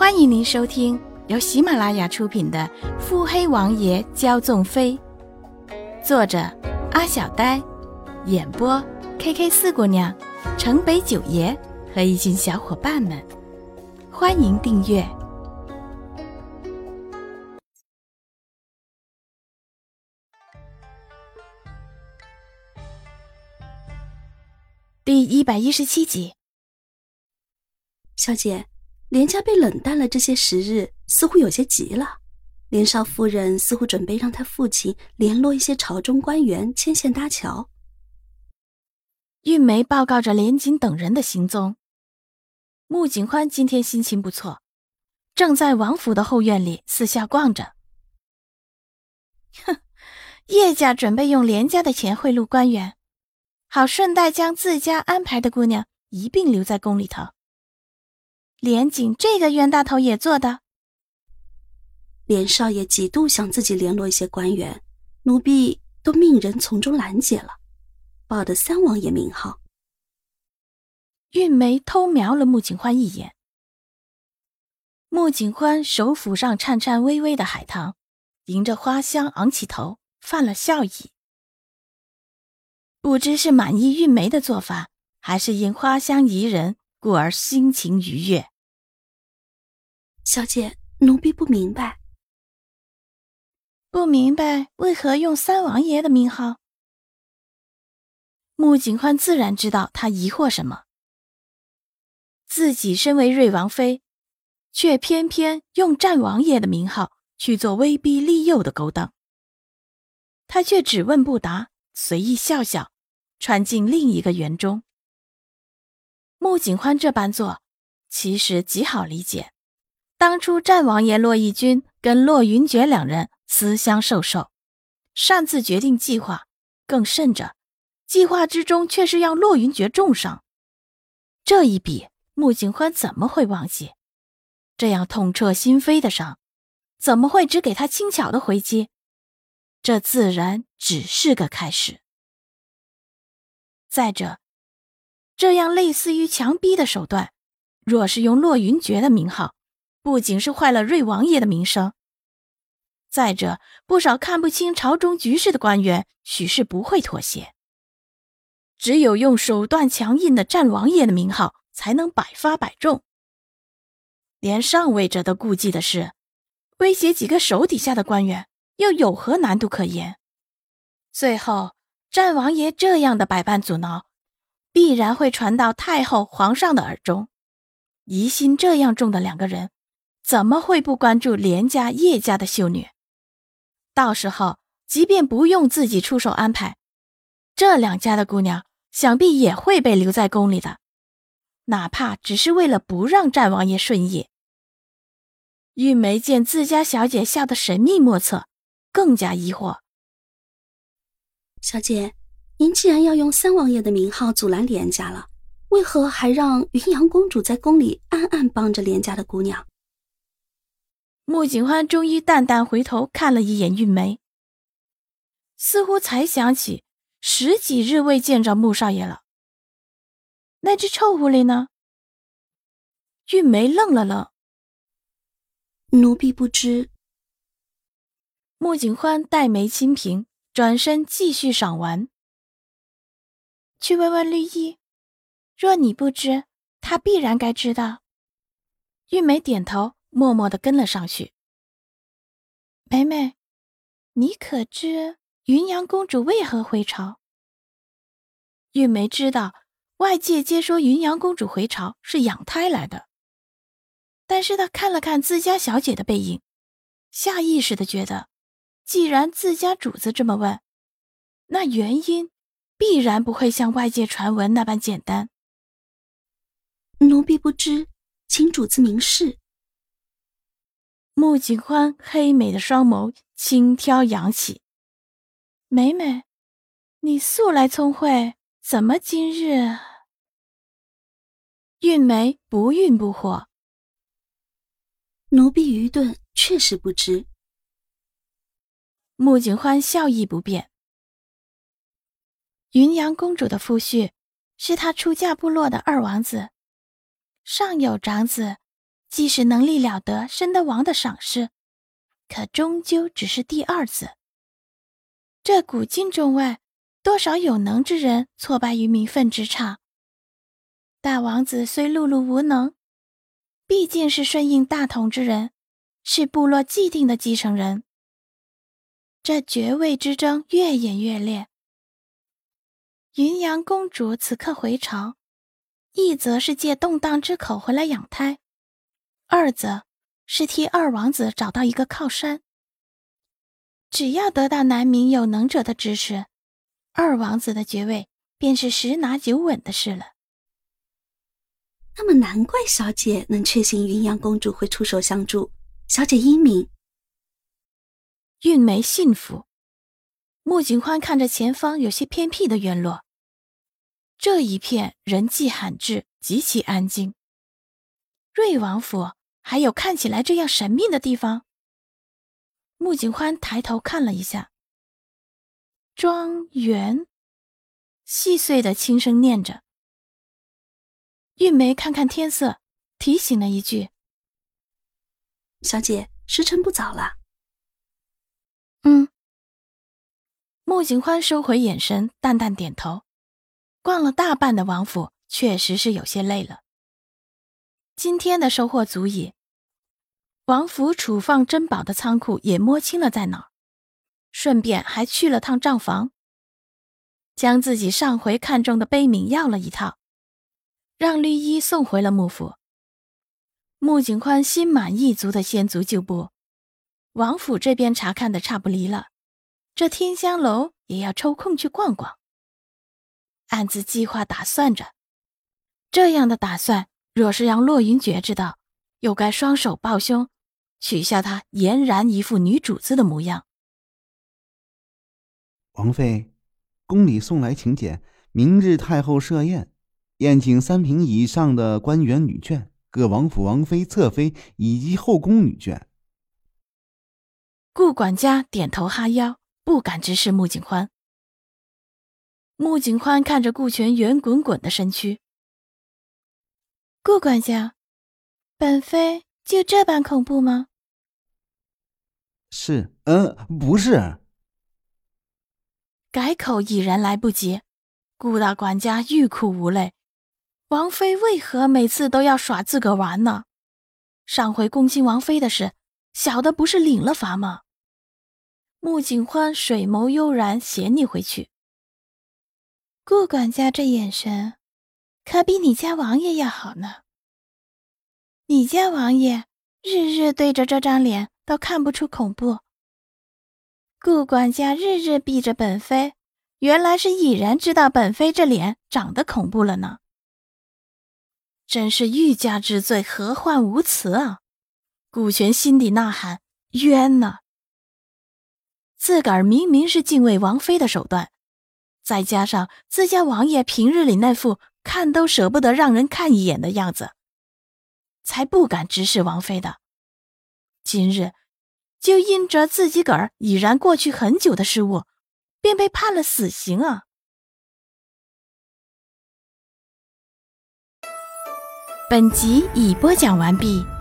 欢迎您收听由喜马拉雅出品的《腹黑王爷骄纵妃》，作者阿小呆，演播 KK 四姑娘、城北九爷和一群小伙伴们。欢迎订阅。第117集。 小姐，连家被冷淡了这些时日，似乎有些急了。连少夫人似乎准备让她父亲联络一些朝中官员牵线搭桥。 韵梅报告着连锦等人的行踪。穆景欢今天心情不错，正在王府的后院里四下逛着。哼，叶家准备用连家的钱贿赂官员，好顺带将自家安排的姑娘一并留在宫里头。连锦这个冤大头也做的。 连少爷几度想自己联络一些官员，奴婢都命人从中拦截了，报的三王爷名号。 韵梅偷瞄了穆景欢一眼。穆景欢手抚上颤颤巍巍的海棠，迎着花香昂起头，犯了笑意。不知是满意韵梅的做法，还是因花香宜人故而心情愉悦。 小姐，奴婢不明白。 不明白为何用三王爷的名号？穆景欢自然知道他疑惑什么。自己身为瑞王妃，却偏偏用战王爷的名号去做威逼利诱的勾当。他却只问不答，随意笑笑，穿进另一个园中。穆景欢这般做，其实极好理解。当初战王爷骆义军跟骆云珏两人私相授受，擅自决定计划，更甚者，计划之中却是要骆云珏重伤。这一笔，穆景欢怎么会忘记？这样痛彻心扉的伤，怎么会只给他轻巧的回击？这自然只是个开始。再者，这样类似于强逼的手段，若是用骆云珏的名号，不仅是坏了瑞王爷的名声，再者，不少看不清朝中局势的官员许是不会妥协。只有用手段强硬的战王爷的名号，才能百发百中。连上位者都顾忌的是，威胁几个手底下的官员，又有何难度可言？最后，战王爷这样的百般阻挠，必然会传到太后、皇上的耳中。疑心这样重的两个人，怎么会不关注连家、叶家的秀女？到时候，即便不用自己出手安排，这两家的姑娘想必也会被留在宫里的，哪怕只是为了不让战王爷顺意。玉梅见自家小姐笑得神秘莫测，更加疑惑。 小姐，您既然要用三王爷的名号阻拦连家了，为何还让云阳公主在宫里暗暗帮着连家的姑娘？ 穆景欢终于淡淡回头看了一眼韵梅，似乎才想起10几日未见着穆少爷了。那只臭狐狸呢？韵梅愣了愣。 奴婢不知。 穆景欢黛眉轻颦，转身继续赏玩。去问问绿衣，若你不知，他必然该知道。韵梅点头，默默地跟了上去。梅梅，你可知云阳公主为何回朝？韵梅知道外界皆说云阳公主回朝是养胎来的，但是她看了看自家小姐的背影，下意识地觉得，既然自家主子这么问，那原因必然不会像外界传闻那般简单。 奴婢不知，请主子明示。 穆景欢黑美的双眸轻挑扬起。梅梅，你素来聪慧，怎么今日？韵梅不孕不惑。 奴婢愚钝，确实不知。 穆景欢笑意不变。云阳公主的夫婿是她出嫁部落的二王子，上有长子， 即使能力了得深德王的赏识，可终究只是第二子。这古今中外，多少有能之人挫败于名分之差。大王子虽碌碌无能，毕竟是顺应大统之人，是部落既定的继承人。这爵位之争越演越烈。云阳公主此刻回朝，一则是借动荡之口回来养胎，二则是替二王子找到一个靠山。只要得到南冥有能者的支持，二王子的爵位便是十拿九稳的事了。 那么难怪小姐能确信云阳公主会出手相助，小姐英明。 韵梅信服。穆景欢看着前方有些偏僻的院落，这一片人迹罕至，极其安静。瑞王府还有看起来这样神秘的地方？穆景欢抬头看了一下，庄园，细碎的轻声念着。韵梅看看天色，提醒了一句： 小姐，时辰不早了。 穆景欢收回眼神，淡淡点头。逛了大半的王府，确实是有些累了。今天的收获足矣，王府储放珍宝的仓库也摸清了在哪儿，顺便还去了趟账房，将自己上回看中的杯皿要了一套，让绿衣送回了幕府。穆景欢心满意足地先足就步，王府这边查看的差不离了，这天香楼也要抽空去逛逛。暗自计划打算着，这样的打算若是让洛云珏知道，又该双手抱胸，取笑她俨然一副女主子的模样。 王妃，宫里送来请柬，明日太后设宴，宴请3品以上的官员女眷，各王府王妃、侧妃以及后宫女眷。 顾管家点头哈腰，不敢直视穆景欢。穆景欢看着顾全圆滚滚的身躯，顾管家，本妃就这般恐怖吗？ 是，不是。 改口已然来不及，顾大管家欲哭无泪。王妃为何每次都要耍自个玩呢？上回恭亲王妃的事，小的不是领了罚吗？穆景欢水眸悠然，斜睨回去。顾管家这眼神，可比你家王爷要好呢。你家王爷日日对着这张脸都看不出恐怖，顾管家日日避着本妃，原来是已然知道本妃这脸长得恐怖了呢。真是欲加之罪，何患无辞啊！顾全心底呐喊，冤呐！自个儿明明是敬畏王妃的手段，再加上自家王爷平日里那副看都舍不得让人看一眼的样子，才不敢直视王妃的。今日就因着自己个儿已然过去很久的失误，便被判了死刑啊！本集已播讲完毕。